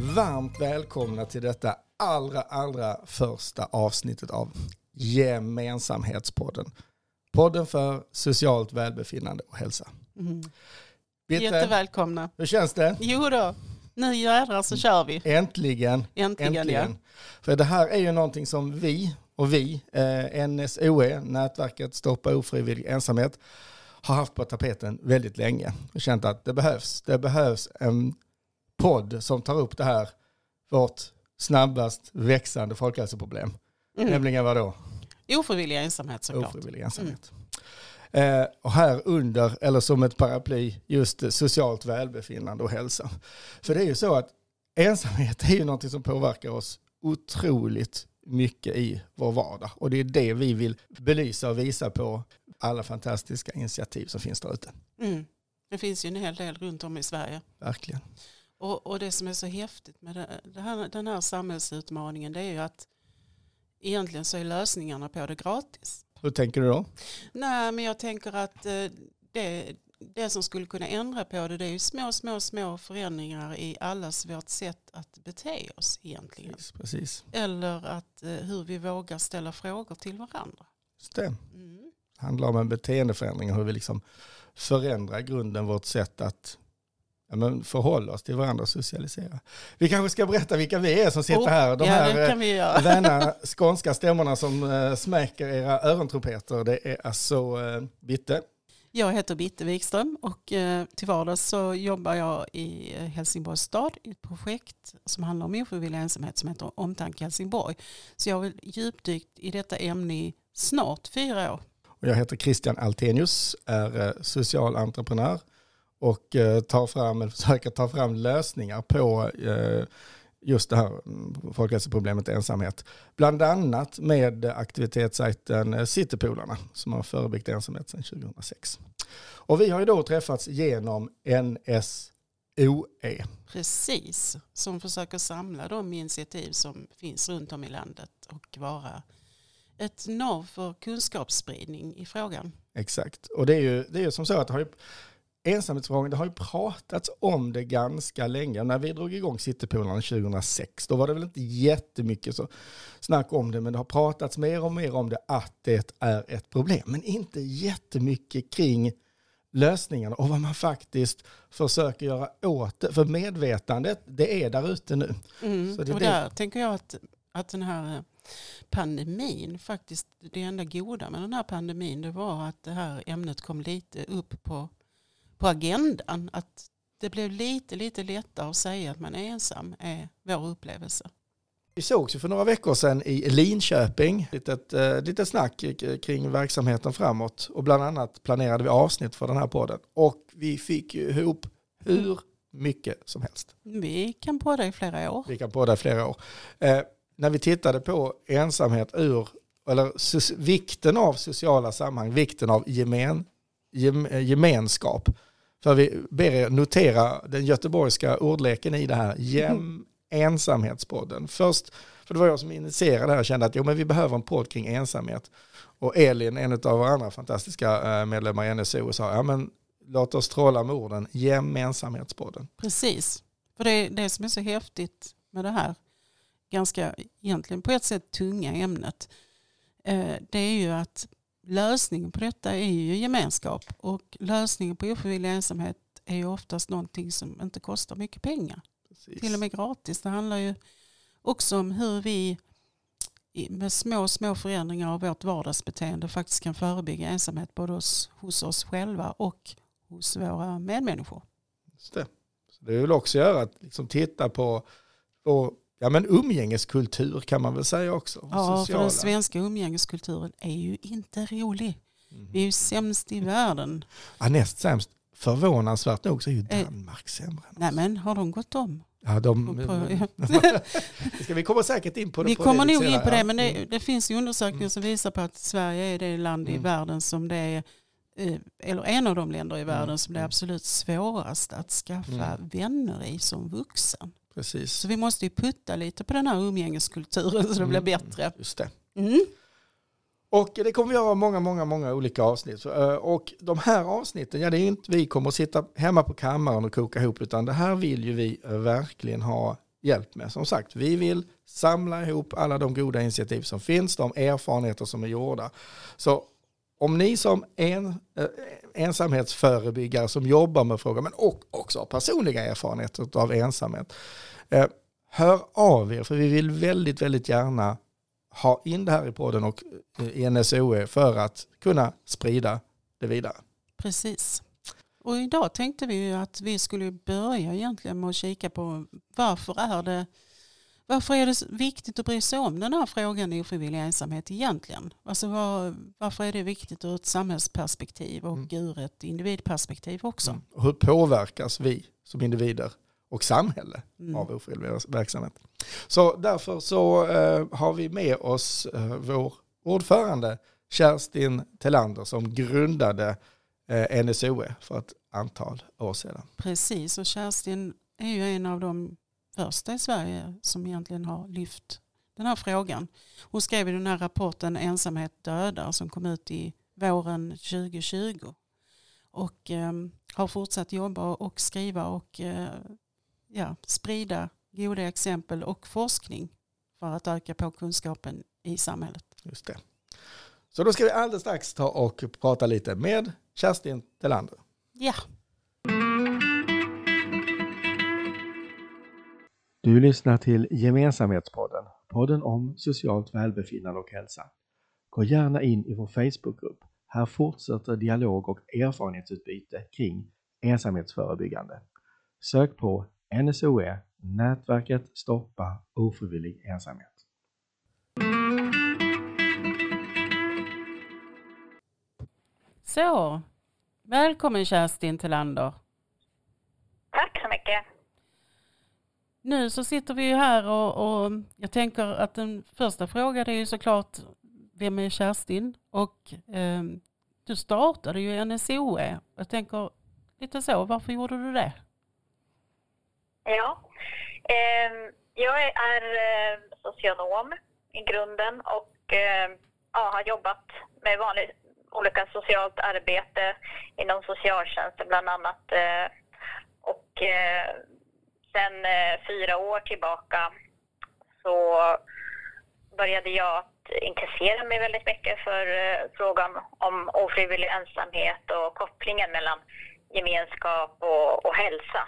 Varmt välkomna till detta allra första avsnittet av Gemensamhetspodden. Podden för socialt välbefinnande och hälsa. Bitte, jättevälkomna. Hur känns det? Jo då, nu jädrar så kör vi. Äntligen. Ja. För det här är ju någonting som vi, NSOE, nätverket Stoppa ofrivillig ensamhet, har haft på tapeten väldigt länge. Och känt att det behövs en podd som tar upp det här, vårt snabbast växande folkhälsoproblem. Nämligen vad då? Ofrivillig ensamhet såklart. Ofrivillig ensamhet. Och här under, eller som ett paraply, just socialt välbefinnande och hälsa. För det är ju så att ensamhet är ju något som påverkar oss otroligt mycket i vår vardag. Och det är det vi vill belysa och visa på alla fantastiska initiativ som finns där ute. Det finns ju en hel del runt om i Sverige. Verkligen. Och det som är så häftigt med den här samhällsutmaningen, det är ju att egentligen så är lösningarna på det gratis. Hur tänker du då? Nej, men jag tänker att det som skulle kunna ändra på det är ju små förändringar i allas vårt sätt att bete oss egentligen. Precis. Eller att hur vi vågar ställa frågor till varandra. Just det. Det handlar om en beteendeförändring och hur vi liksom förändrar grunden vårt sätt att förhålla oss till varandra och socialisera. Vi kanske ska berätta vilka vi är som sitter här. De här vänner skånska stämmorna som smäcker era örontrumpeter. Det är alltså Bitte. Jag heter Bitte Wikström och till vardags så jobbar jag i Helsingborgs stad i ett projekt som handlar om ofrivillig ensamhet som heter Omtanke Helsingborg. Så jag har väl djupdykt i detta ämne i snart 4 år. Och jag heter Christian Altenius, är social entreprenör och försöker ta fram lösningar på just det här folkhälsoproblemet ensamhet. Bland annat med aktivitetssajten Citypolarna som har förebyggt ensamhet sedan 2006. Och vi har ju då träffats genom NSOE. Precis, som försöker samla de initiativ som finns runt om i landet och vara ett nav för kunskapsspridning i frågan. Exakt, och det är ju som så att ensamhetsfrågan, det har ju pratats om det ganska länge. När vi drog igång Citypolarna 2006, då var det väl inte jättemycket så snack om det, men det har pratats mer och mer om det, att det är ett problem. Men inte jättemycket kring lösningarna och vad man faktiskt försöker göra åt det. För medvetandet, det är där ute nu. Så det och där tänker jag att den här pandemin, faktiskt det enda goda med den här pandemin, det var att det här ämnet kom lite upp på agendan, att det blev lite lättare att säga att man är ensam, är vår upplevelse. Vi sågs ju för några veckor sedan i Linköping, lite snack kring verksamheten framåt, och bland annat planerade vi avsnitt för den här podden och vi fick ju ihop hur mycket som helst. Vi kan podda i flera år. När vi tittade på ensamhet vikten av sociala sammanhang, vikten av gemenskap. För vi ber er notera den göteborgska ordleken i det här. Ensamhetspodden. Först, för det var jag som initierade det här och kände att men vi behöver en podd kring ensamhet. Och Elin, en av våra andra fantastiska medlemmar i NSO, sa låt oss trolla med orden Gemensamhetspodden. Precis. För det som är så häftigt med det här ganska egentligen på ett sätt tunga ämnet, det är ju att lösningen på detta är ju gemenskap, och lösningen på ofrivillig ensamhet är ju oftast någonting som inte kostar mycket pengar. Precis. Till och med gratis. Det handlar ju också om hur vi med små förändringar av vårt vardagsbeteende faktiskt kan förebygga ensamhet både hos oss själva och hos våra medmänniskor. Just det. Så det vill också göra att liksom titta på umgängeskultur kan man väl säga också. Ja, för den svenska umgängeskulturen är ju inte rolig. Vi är ju sämst i världen. Ja, näst sämst. Förvånansvärt nog så är ju Danmark sämre. Nej, men har de gått om? Ja, vi kommer säkert in på det. Vi kommer nog in på det, men det finns ju undersökningar som visar på att Sverige är det land i världen som det är, eller en av de länder i världen som det är absolut svårast att skaffa vänner i som vuxen. Precis. Så vi måste ju putta lite på den här umgängeskulturen så det blir bättre. Just det. Och det kommer vi göra många olika avsnitt. Och de här avsnitten, det är inte vi kommer att sitta hemma på kammaren och koka ihop, utan det här vill ju vi verkligen ha hjälp med. Som sagt, vi vill samla ihop alla de goda initiativ som finns, de erfarenheter som är gjorda. Så om ni som ensamhetsförebyggare som jobbar med frågan, men också har personliga erfarenheter av ensamhet, hör av er, för vi vill väldigt, väldigt gärna ha in det här i podden och i NSOE för att kunna sprida det vidare. Precis. Och idag tänkte vi ju att vi skulle börja egentligen med att kika på varför är det viktigt att bry sig om den här frågan i ofrivillig ensamhet egentligen? Alltså varför är det viktigt ur ett samhällsperspektiv och ur ett individperspektiv också? Och hur påverkas vi som individer och samhälle av ofrivillig verksamhet? Så därför så har vi med oss vår ordförande Kerstin Tellander som grundade NSOE för ett antal år sedan. Precis, och Kerstin är ju en av de första i Sverige som egentligen har lyft den här frågan. Hon skrev i den här rapporten Ensamhet dödar som kom ut i våren 2020 och har fortsatt jobba och skriva och sprida goda exempel och forskning för att öka på kunskapen i samhället. Just det. Så då ska vi alldeles strax ta och prata lite med Kerstin Tellander. Ja. Du lyssnar till Gemensamhetspodden, podden om socialt välbefinnande och hälsa. Gå gärna in i vår Facebookgrupp. Här fortsätter dialog och erfarenhetsutbyte kring ensamhetsförebyggande. Sök på NSOE, nätverket Stoppa ofrivillig ensamhet. Så, välkommen Kerstin Tellander. Tack så mycket. Nu så sitter vi ju här och jag tänker att den första frågan är ju såklart vem är Kerstin? Och du startade ju NSOE. Jag tänker lite så, varför gjorde du det? Ja, jag är socionom i grunden och har jobbat med olika socialt arbete inom socialtjänsten bland annat. Och sen 4 år tillbaka så började jag att intressera mig väldigt mycket för frågan om ofrivillig ensamhet och kopplingen mellan gemenskap och hälsa.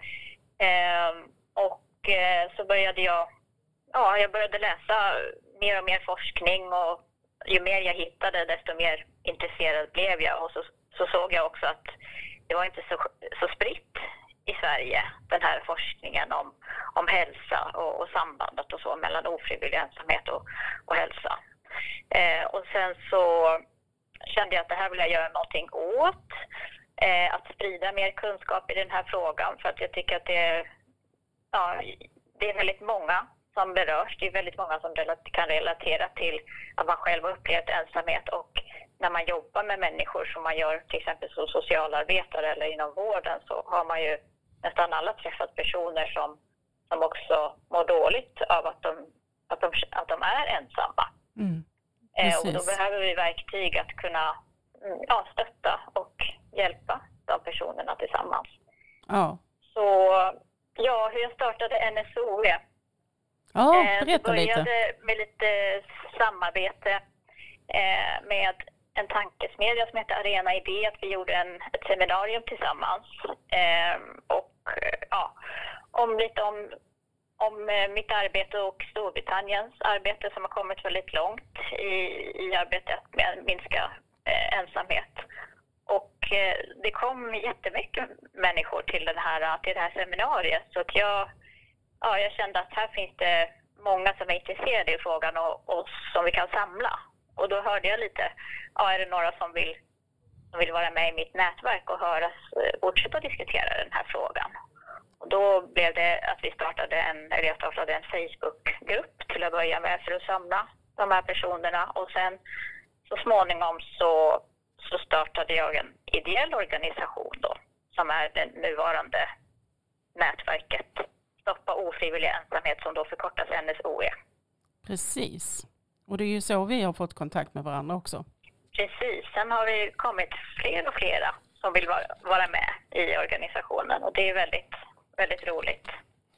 Så började jag började läsa mer och mer forskning och ju mer jag hittade desto mer intresserad blev jag och så såg jag också att det var inte så spritt i Sverige, den här forskningen om hälsa och sambandet och så mellan ofrivillig ensamhet och hälsa. Och sen så kände jag att det här vill jag göra någonting åt, att sprida mer kunskap i den här frågan för att jag tycker att det är väldigt många som berörs. Det är väldigt många som kan relatera till att man själv har upplevt ensamhet och när man jobbar med människor som man gör till exempel som socialarbetare eller inom vården så har man ju nästan alla träffat personer som också mår dåligt av att de är ensamma. Och då behöver vi verktyg att kunna stötta och hjälpa de personerna tillsammans. Ja. Så hur jag startade NSOE. Ja, berätta lite. Jag började med lite samarbete med en tankesmedja som heter Arena Idé. Att vi gjorde ett seminarium tillsammans. Om mitt arbete och Storbritanniens arbete som har kommit väldigt långt i arbetet med att minska ensamhet. Och det kom jättemycket människor till det här seminariet. Så att jag kände att här finns det många som är intresserade i frågan och som vi kan samla. Och då hörde jag lite, är det några som vill vara med i mitt nätverk och fortsätta diskutera den här frågan. Och då blev det att jag startade en Facebookgrupp till att börja med för att samla de här personerna. Och sen så småningom så startade jag en ideell organisation då, som är det nuvarande nätverket Stoppa ofrivillig ensamhet som då förkortas NSOE. Precis. Och det är ju så vi har fått kontakt med varandra också. Precis. Sen har vi kommit fler och flera som vill vara med i organisationen och det är väldigt, väldigt roligt.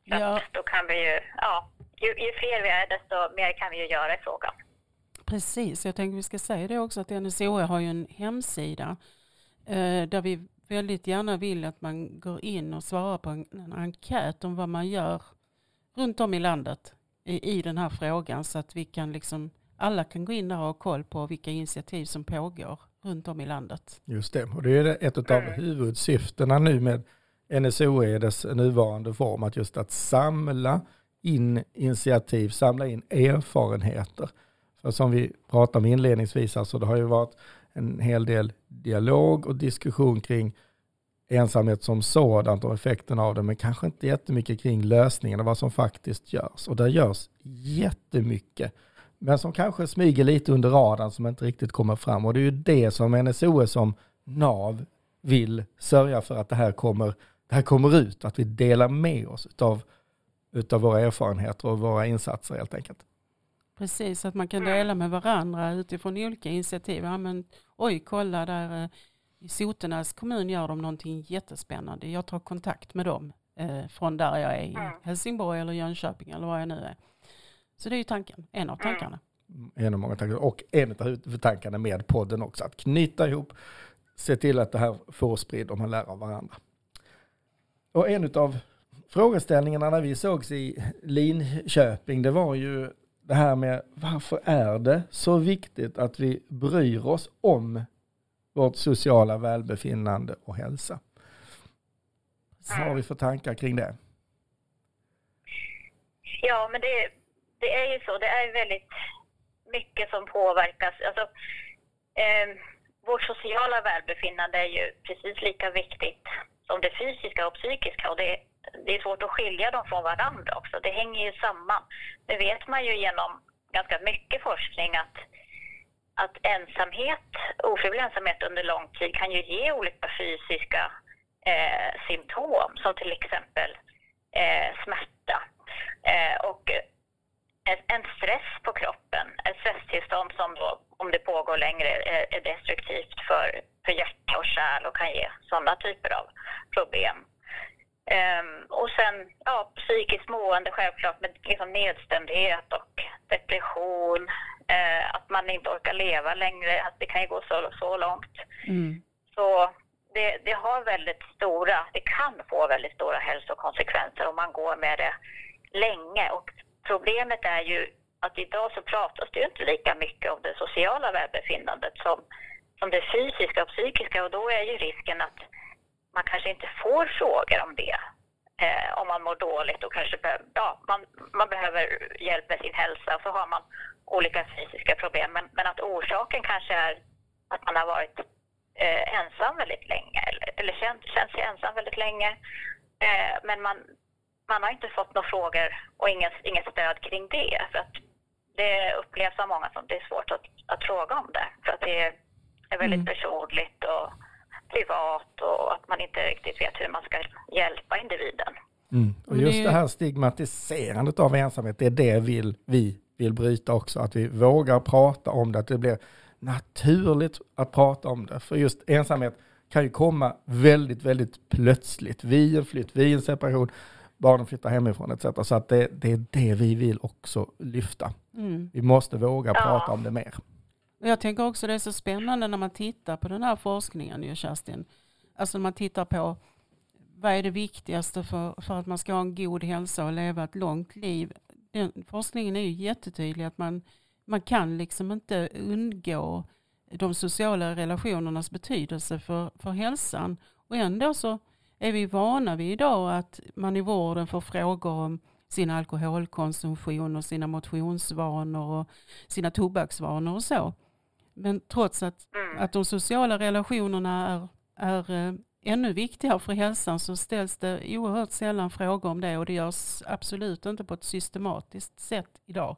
Så Ja. att då kan vi ju fler vi är, desto mer kan vi ju göra i frågan. Precis, jag tänker vi ska säga det också att NSOE har ju en hemsida där vi väldigt gärna vill att man går in och svarar på en enkät om vad man gör runt om i landet i den här frågan, så att vi kan alla kan gå in där och ha koll på vilka initiativ som pågår runt om i landet. Just det, och det är ett av huvudsyftena nu med NSOE i dess nuvarande form, att just att samla in initiativ, samla in erfarenheter. För som vi pratade om inledningsvis, alltså det har ju varit en hel del dialog och diskussion kring ensamhet som sådant och effekten av det, men kanske inte jättemycket kring lösningen och vad som faktiskt görs. Och det görs jättemycket, men som kanske smyger lite under radarn, som inte riktigt kommer fram. Och det är ju det som NSOE som NAV vill sörja för, att det här kommer ut, att vi delar med oss utav våra erfarenheter och våra insatser helt enkelt. Precis, att man kan dela med varandra utifrån olika initiativ. Ja, men, kolla där i Sotenäs kommun gör de någonting jättespännande. Jag tar kontakt med dem från där jag är i Helsingborg eller Jönköping eller vad jag nu är. Så det är ju tanken, en av tankarna. En av många tankar. Och en av huvudtankarna med podden också, att knyta ihop, se till att det här får spridd om man lär av varandra. Och en av frågeställningarna när vi sågs i Linköping, det var ju det här med varför är det så viktigt att vi bryr oss om vårt sociala välbefinnande och hälsa. Vad har vi för tankar kring det? Ja, men det är ju så. Det är väldigt mycket som påverkas. Alltså, vårt sociala välbefinnande är ju precis lika viktigt som det fysiska och psykiska. Och det är svårt att skilja dem från varandra också. Det hänger ju samman. Det vet man ju genom ganska mycket forskning att ofrivillig ensamhet under lång tid kan ju ge olika fysiska symptom, som till exempel smärta och en stress på kroppen, ett stresstillstånd som då, om det pågår längre, är destruktivt för hjärta och kärl och kan ge sådana typer av problem. Och sen psykiskt mående självklart, med nedstämdhet och depression, att man inte orkar leva längre, att det kan ju gå så långt. Så det har det kan få väldigt stora hälsokonsekvenser om man går med det länge. Och problemet är ju att idag så pratas det ju inte lika mycket om det sociala välbefinnandet som det fysiska och psykiska, och då är ju risken att man kanske inte får frågor om det om man mår dåligt och kanske man behöver hjälp med sin hälsa, så har man olika fysiska problem. Men att orsaken kanske är att man har varit ensam väldigt länge eller känt sig ensam väldigt länge. Men man har inte fått några frågor och inget stöd kring det. För att det upplevs av många som det är svårt att fråga om det. För att det är väldigt personligt och privat, och att man inte riktigt vet hur man ska hjälpa individen. Och just det här stigmatiserandet av ensamhet, det är det vi vill bryta också. Att vi vågar prata om det, att det blir naturligt att prata om det. För just ensamhet kan ju komma väldigt, väldigt plötsligt. Vid en flytt, vid en separation, barnen flyttar hemifrån etc. Så att det är det vi vill också lyfta. Vi måste våga prata om det mer. Jag tänker också det är så spännande när man tittar på den här forskningen ju, Kerstin. Alltså när man tittar på vad är det viktigaste för att man ska ha en god hälsa och leva ett långt liv. Den forskningen är ju jättetydlig att man kan inte undgå de sociala relationernas betydelse för hälsan. Och ändå så är vi vana vid idag att man i vården får frågor om sin alkoholkonsumtion och sina motionsvanor och sina tobaksvanor och så. Men trots att de sociala relationerna är ännu viktigare för hälsan, så ställs det oerhört sällan frågor om det, och det görs absolut inte på ett systematiskt sätt idag.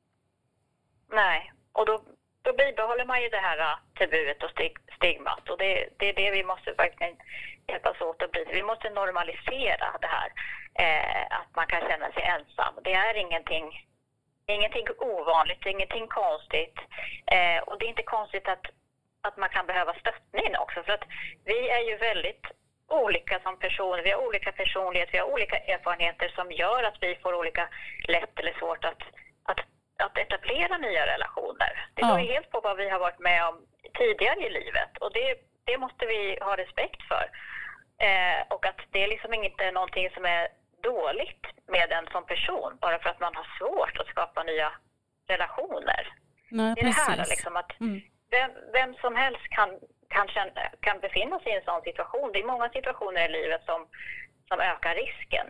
Nej, och då bibehåller man ju det här tabuet och stigmat, och det är det vi måste verkligen hjälpas åt att bli. Vi måste normalisera det här, att man kan känna sig ensam. Det är ingenting ovanligt, det är ingenting konstigt, och det är inte konstigt att man kan behöva stöttning också, för att vi är ju väldigt olika som personer, vi har olika personlighet, vi har olika erfarenheter som gör att vi får olika lätt eller svårt att etablera nya relationer. Det beror helt på vad vi har varit med om tidigare i livet, och det måste vi ha respekt för. Och att det är liksom inte någonting som är dåligt med en som person, bara för att man har svårt att skapa nya relationer. Nej, det är det här liksom, att vem som helst kan befinna sig i en sån situation. Det är många situationer i livet som ökar risken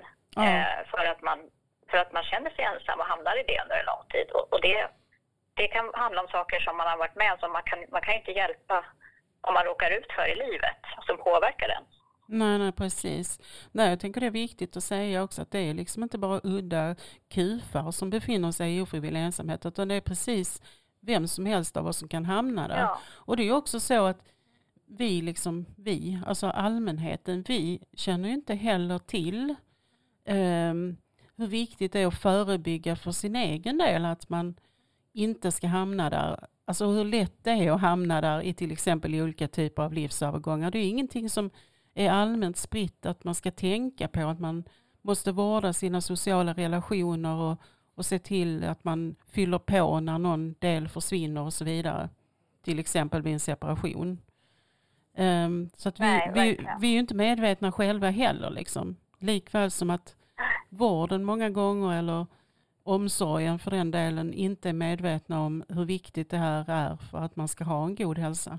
för att man känner sig ensam och hamnar i det under en lång tid. Och det kan handla om saker som man har varit med om, som man kan inte hjälpa om man råkar ut för i livet, som påverkar den. Nej, precis. Nej, jag tänker det är viktigt att säga också att det är liksom inte bara udda kufar som befinner sig i ofrivillig ensamhet, utan det är precis vem som helst av oss som kan hamna där. Ja. Och det är också så att vi, alltså allmänheten, vi känner ju inte heller till hur viktigt det är att förebygga för sin egen del att man inte ska hamna där. Alltså hur lätt det är att hamna där i till exempel i olika typer av livsövergångar. Det är ingenting som är allmänt spritt att man ska tänka på, att man måste vårda sina sociala relationer och se till att man fyller på när någon del försvinner och så vidare. Till exempel vid en separation. Så att vi är ju inte medvetna själva heller. Liksom. Likväl som att vården många gånger, eller omsorgen för den delen, inte är medvetna om hur viktigt det här är för att man ska ha en god hälsa.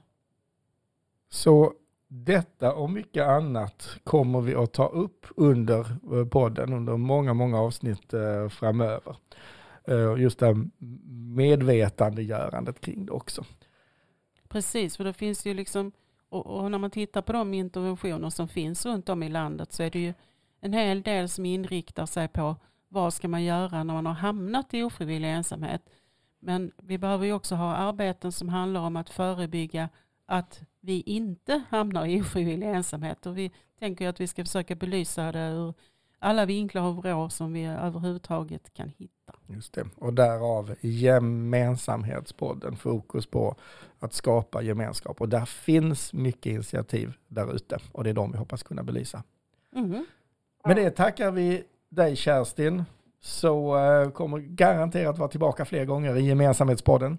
Så detta och mycket annat kommer vi att ta upp under podden under många avsnitt framöver. Just det här medvetandegörandet kring det också. Precis, för det finns ju liksom, och när man tittar på de interventioner som finns runt om i landet, så är det ju en hel del som inriktar sig på vad ska man göra när man har hamnat i ofrivillig ensamhet. Men vi behöver ju också ha arbeten som handlar om att förebygga att vi inte hamnar i ofrivillig ensamhet. Och vi tänker att vi ska försöka belysa det ur alla vinklar och vrår som vi överhuvudtaget kan hitta. Just det. Och därav gemensamhetspodden, fokus på att skapa gemenskap. Och där finns mycket initiativ där ute. Och det är de vi hoppas kunna belysa. Mm. Med det tackar vi dig, Kerstin. Så kommer garanterat vara tillbaka fler gånger i gemensamhetspodden.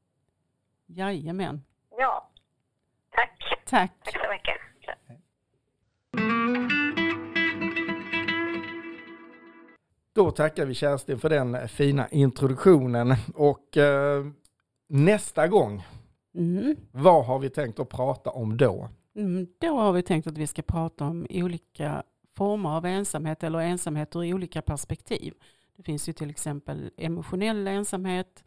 Jajamän. Ja. Tack. Tack så mycket. Då tackar vi Kerstin för den fina introduktionen. Och nästa gång, vad har vi tänkt att prata om då? Då har vi tänkt att vi ska prata om olika former av ensamhet, eller ensamhet ur olika perspektiv. Det finns ju till exempel emotionell ensamhet,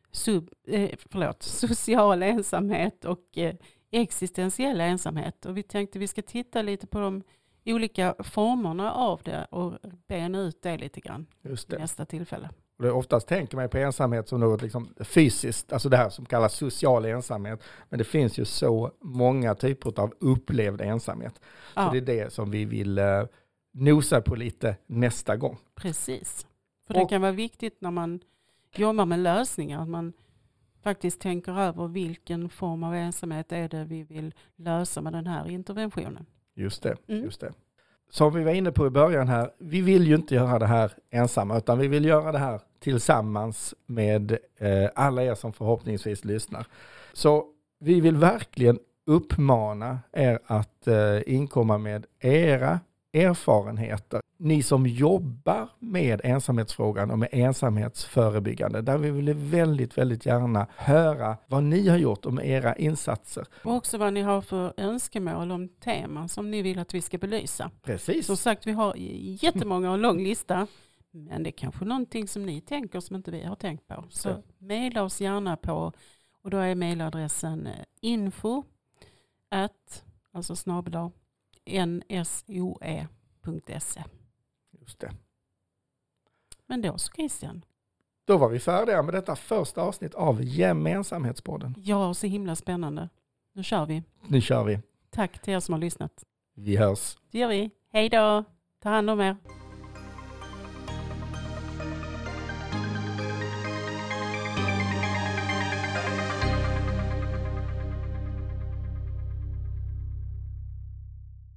social ensamhet och existentiell ensamhet. Och vi tänkte vi ska titta lite på de olika formerna av det och bena ut det lite grann. Just det. Nästa tillfälle. Och det oftast tänker man på ensamhet som något liksom fysiskt, alltså det här som kallas social ensamhet. Men det finns ju så många typer av upplevd ensamhet. Ja. Så det är det som vi vill nosa på lite nästa gång. Precis. För det kan vara viktigt när man jobbar med lösningar, att man faktiskt tänker över vilken form av ensamhet är det vi vill lösa med den här interventionen. Just det, just det. Som vi var inne på i början här, vi vill ju inte göra det här ensamma, utan vi vill göra det här tillsammans med alla er som förhoppningsvis lyssnar. Så vi vill verkligen uppmana er att inkomma med era erfarenheter. Ni som jobbar med ensamhetsfrågan och med ensamhetsförebyggande, där vi vill väldigt, väldigt gärna höra vad ni har gjort om era insatser. Och också vad ni har för önskemål om teman som ni vill att vi ska belysa. Precis. Som sagt, vi har jättemånga och lång lista, men det är kanske någonting som ni tänker som inte vi har tänkt på. Så mejla oss gärna på, och då är mejladressen info@nsoe.se. Just det. Men då så, Christian. Då var vi färdiga med detta första avsnitt av Gemensamhetspodden. Ja, så himla spännande. Nu kör vi. Nu kör vi. Tack till er som har lyssnat. Vi hörs. Det gör vi. Hej då. Ta hand om er.